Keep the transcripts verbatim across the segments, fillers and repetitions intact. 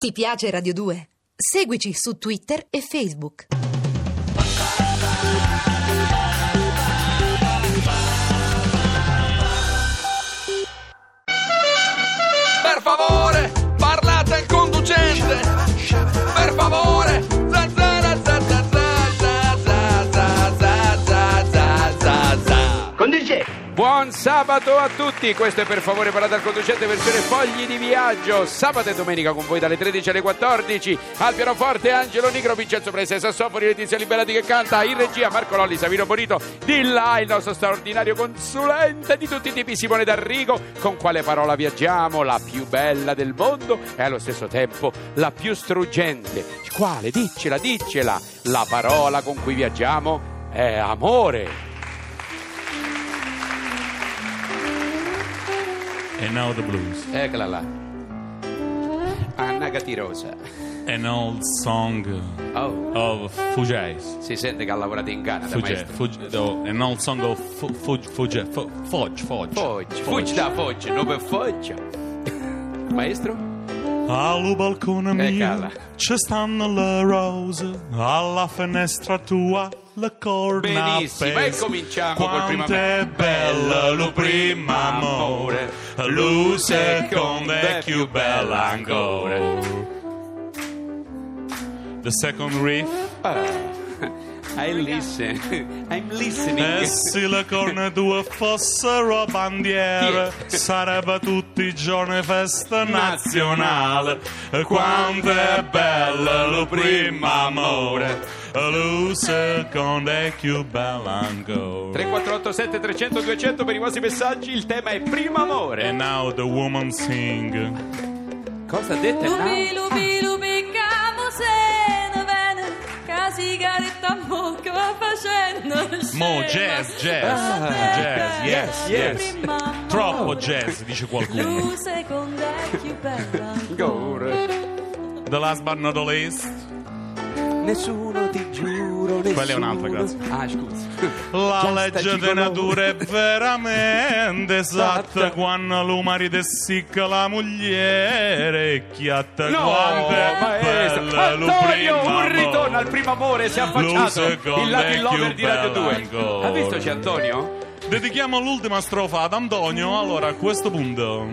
Ti piace Radio due? Seguici su Twitter e Facebook. Per favore, parlate al conducente. Per favore. Za, za, za, za, za, za, za, za, za, za, za, za. Conducente. Buon sabato a tutti, questo è Per favore parlate al conducente versione fogli di viaggio. Sabato e domenica con voi dalle tredici alle quattordici. Al pianoforte Angelo Nigro, Vincenzo Prese, sassofoni, Letizia Liberati che canta, in regia Marco Lolli, Savino Bonito, di là il nostro straordinario consulente di tutti i tipi Simone D'Arrigo. Con quale parola viaggiamo? La più bella del mondo e allo stesso tempo la più struggente. Quale? Diccela, diccela. La parola con cui viaggiamo è amore. And now the blues. Eccola là. Anna Gatirosa. An old song Oh, of Fugees. si sente che ha lavorato in Canada, Fuge, maestro. Fuge, no, an old song of Fu- Fuge, Fuge, Fu- Foggia, Foggia. Foggia, fuggi da Foggia, non per Foggia. Maestro? Allo balcone mio Eccola. ci stanno le rose, alla finestra tua le corna Benissimo, e appese. cominciamo col primo Quanto è bello lo primo amore, lo secondo è più bello ancora. The second riff. I listen. I'm listening. E se le corna tue fossero bandiere, sarebbe tutti i giorni festa nazionale. Quanto è bello lo primo amore, lo secondo è più bello ancora. tre quattro otto sette trecento duecento per i vostri messaggi, il tema è primo amore. And now the woman sing. Cosa ha detto? Lupi, lupi, lupi, camo se ne viene, che sigaretta a bocca va facendo Mo jazz, jazz, jazz, yes, yes. Troppo jazz, dice qualcuno. Lu secondo è più bella ancora. The last but not the least. Nessuno, ti giuro, nessuno. Quella è un'altra, grazie. Ah, scusa. La Già legge sta di natura è gigolò. veramente esatta. Esatta. Quando lo marito è sicca la moglie è chiatta. No, Quanto è maestro. bella lo Antonio, primo un ritorno amore. al primo amore, si è Lo affacciato. secondo Il Latin è Lover più di Radio bello due. ancora. Ha visto c'è Antonio? Dedichiamo l'ultima strofa ad Antonio. Allora, a questo punto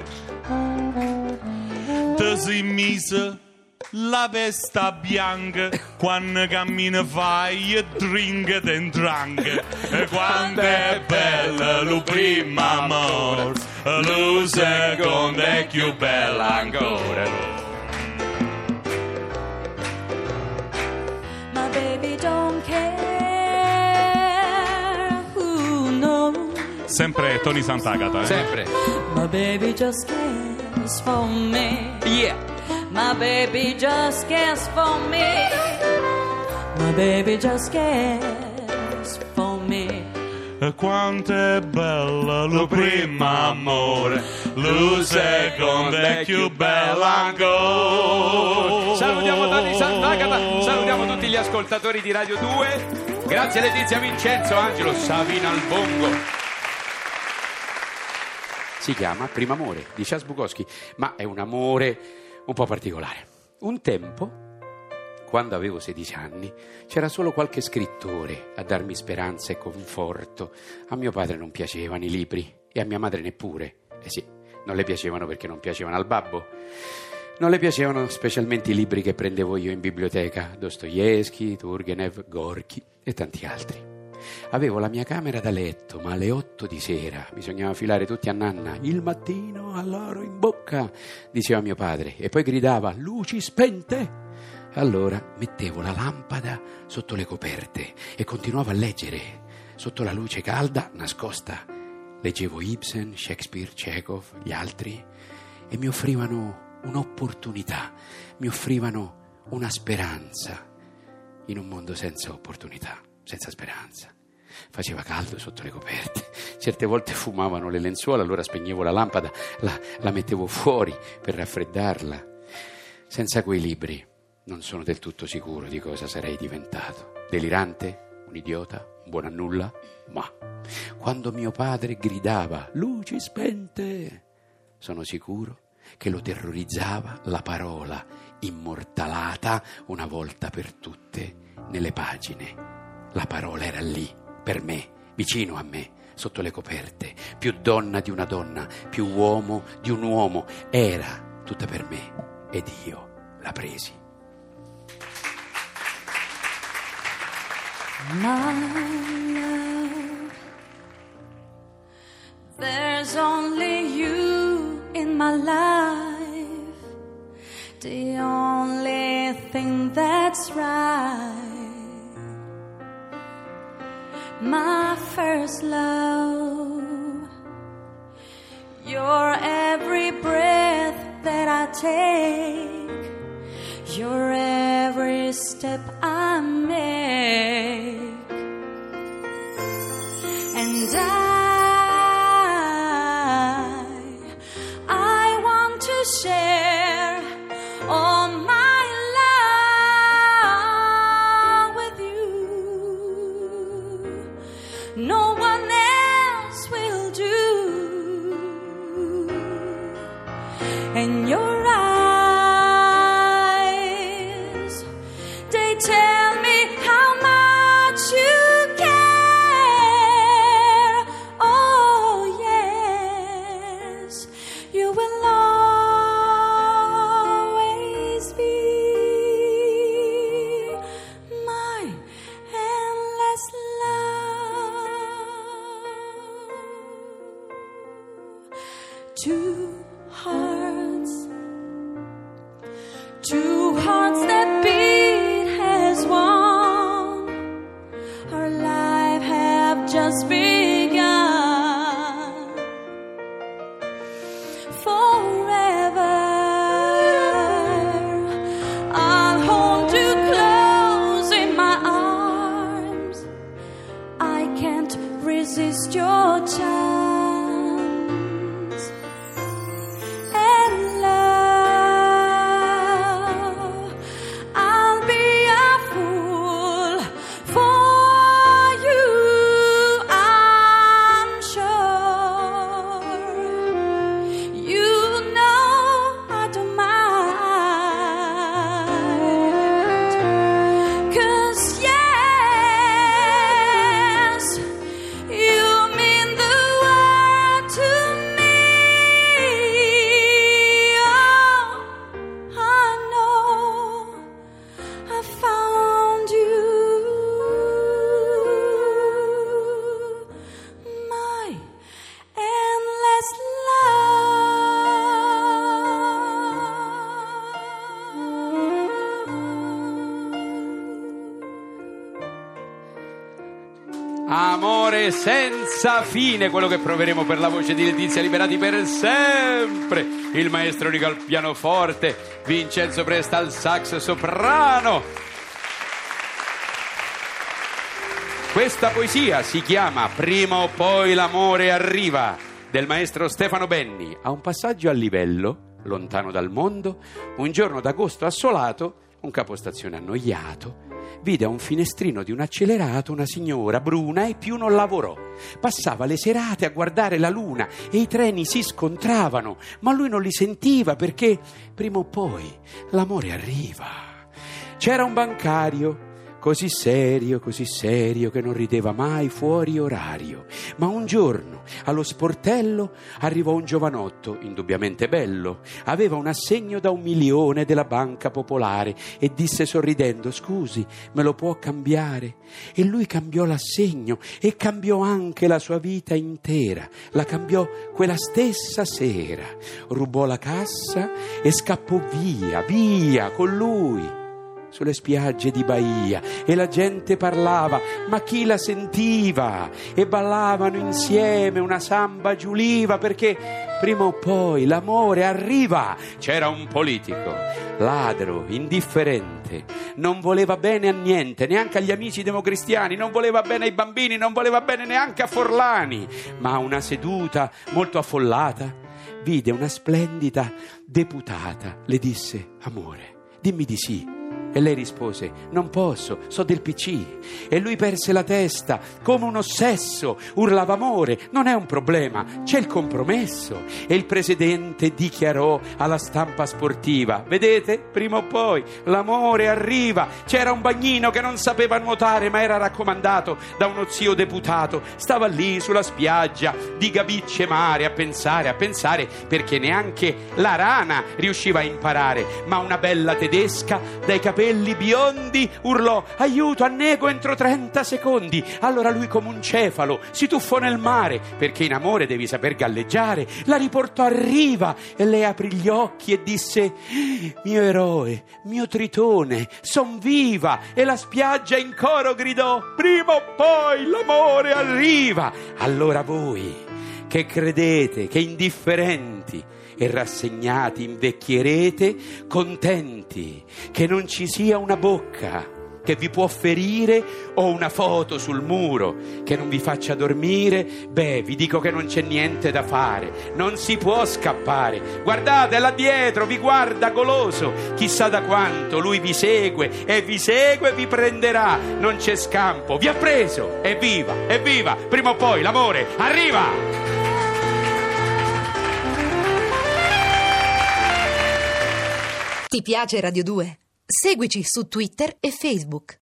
te si mise la vesta bianca quando cammina fai e drink e drunk. E quando è bello lo primo amore, lo secondo è più bello ancora. My baby don't care who knows. Sempre Tony Sant'Agata, eh? Sempre. My baby just cares for me. Yeah. My baby just cares for me. My baby just cares for me. E quanto è bello lo primo amore, lo secondo è più bello ancora. Salutiamo Tony Sant'Agata, salutiamo tutti gli ascoltatori di Radio due. Grazie Letizia, Vincenzo, Angelo, Savino al bongo. Si chiama Primo amore di Charles Bukowski, ma è un amore un po' particolare. Un tempo, quando avevo sedici anni, c'era solo qualche scrittore a darmi speranza e conforto. A mio padre non piacevano i libri e a mia madre neppure. Eh sì, non le piacevano perché non piacevano al babbo. Non le piacevano specialmente i libri che prendevo io in biblioteca, Dostoevskij, Turgenev, Gorky e tanti altri. Avevo la mia camera da letto, ma alle otto di sera bisognava filare tutti a nanna. Il mattino all'oro in bocca, diceva mio padre, e poi gridava luci spente. Allora mettevo la lampada sotto le coperte e continuavo a leggere. Sotto la luce calda, nascosta, leggevo Ibsen, Shakespeare, Chekhov, gli altri, e mi offrivano un'opportunità, mi offrivano una speranza in un mondo senza opportunità, senza speranza. Faceva caldo sotto le coperte, certe volte fumavano le lenzuola, allora spegnevo la lampada, la, la mettevo fuori per raffreddarla. Senza quei libri non sono del tutto sicuro di cosa sarei diventato. Delirante? Un idiota? Un buon a nulla? Ma quando mio padre gridava luci spente, sono sicuro che lo terrorizzava la parola immortalata una volta per tutte nelle pagine. La parola era lì, per me, vicino a me, sotto le coperte, più donna di una donna, più uomo di un uomo, era tutta per me ed io la presi. My love, there's only you in my life, the only thing that's right. My first love, you're every breath that I take, you're every step I make, and I, I want to share all my no one else will do, and your eyes, they tell me how much you care. Oh yes, you will always be my endless love. Two hearts, two hearts that beat as one. Our life have just begun. Forever, I'll hold you close in my arms. I can't resist your charms. Amore senza fine, quello che proveremo per la voce di Letizia Liberati per sempre. Il maestro Nico al pianoforte, Vincenzo Presta al sax soprano. Questa poesia si chiama Prima o poi l'amore arriva, del maestro Stefano Benni. A un passaggio a livello, lontano dal mondo, un giorno d'agosto assolato, un capostazione annoiato vide a un finestrino di un accelerato una signora bruna e più non lavorò. Passava le serate a guardare la luna e i treni si scontravano, ma lui non li sentiva perché prima o poi l'amore arriva. C'era un bancario così serio, così serio che non rideva mai fuori orario, ma un giorno allo sportello arrivò un giovanotto indubbiamente bello, aveva un assegno da un milione della Banca Popolare e disse sorridendo: scusi, me lo può cambiare? E lui cambiò l'assegno e cambiò anche la sua vita intera, la cambiò quella stessa sera, rubò la cassa e scappò via, via con lui sulle spiagge di Bahia, e la gente parlava, ma chi la sentiva? E ballavano insieme una samba giuliva, perché prima o poi l'amore arriva. C'era un politico, ladro, indifferente, non voleva bene a niente, neanche agli amici democristiani, non voleva bene ai bambini, non voleva bene neanche a Forlani, ma a una seduta molto affollata vide una splendida deputata, le disse: amore, dimmi di sì. E lei rispose: non posso, so del P C. E lui perse la testa come un ossesso, urlava: amore, non è un problema, c'è il compromesso. E il presidente dichiarò alla stampa sportiva: vedete, prima o poi l'amore arriva. C'era un bagnino che non sapeva nuotare, ma era raccomandato da uno zio deputato. Stava lì sulla spiaggia di Gabicce Mare a pensare, a pensare, perché neanche la rana riusciva a imparare. Ma una bella tedesca dai capelli biondi urlò: aiuto, annego entro trenta secondi. Allora lui, come un cefalo, si tuffò nel mare, perché in amore devi saper galleggiare. La riportò a riva e lei aprì gli occhi e disse: mio eroe, mio tritone, son viva. E la spiaggia in coro gridò: prima o poi l'amore arriva. Allora voi che credete che indifferenti e rassegnati invecchierete, contenti che non ci sia una bocca che vi può ferire o una foto sul muro che non vi faccia dormire, beh, vi dico che non c'è niente da fare, non si può scappare. Guardate là dietro, vi guarda goloso, chissà da quanto lui vi segue e vi segue e vi prenderà, non c'è scampo, vi ha preso, evviva, evviva, prima o poi l'amore arriva. Ti piace Radio due? Seguici su Twitter e Facebook.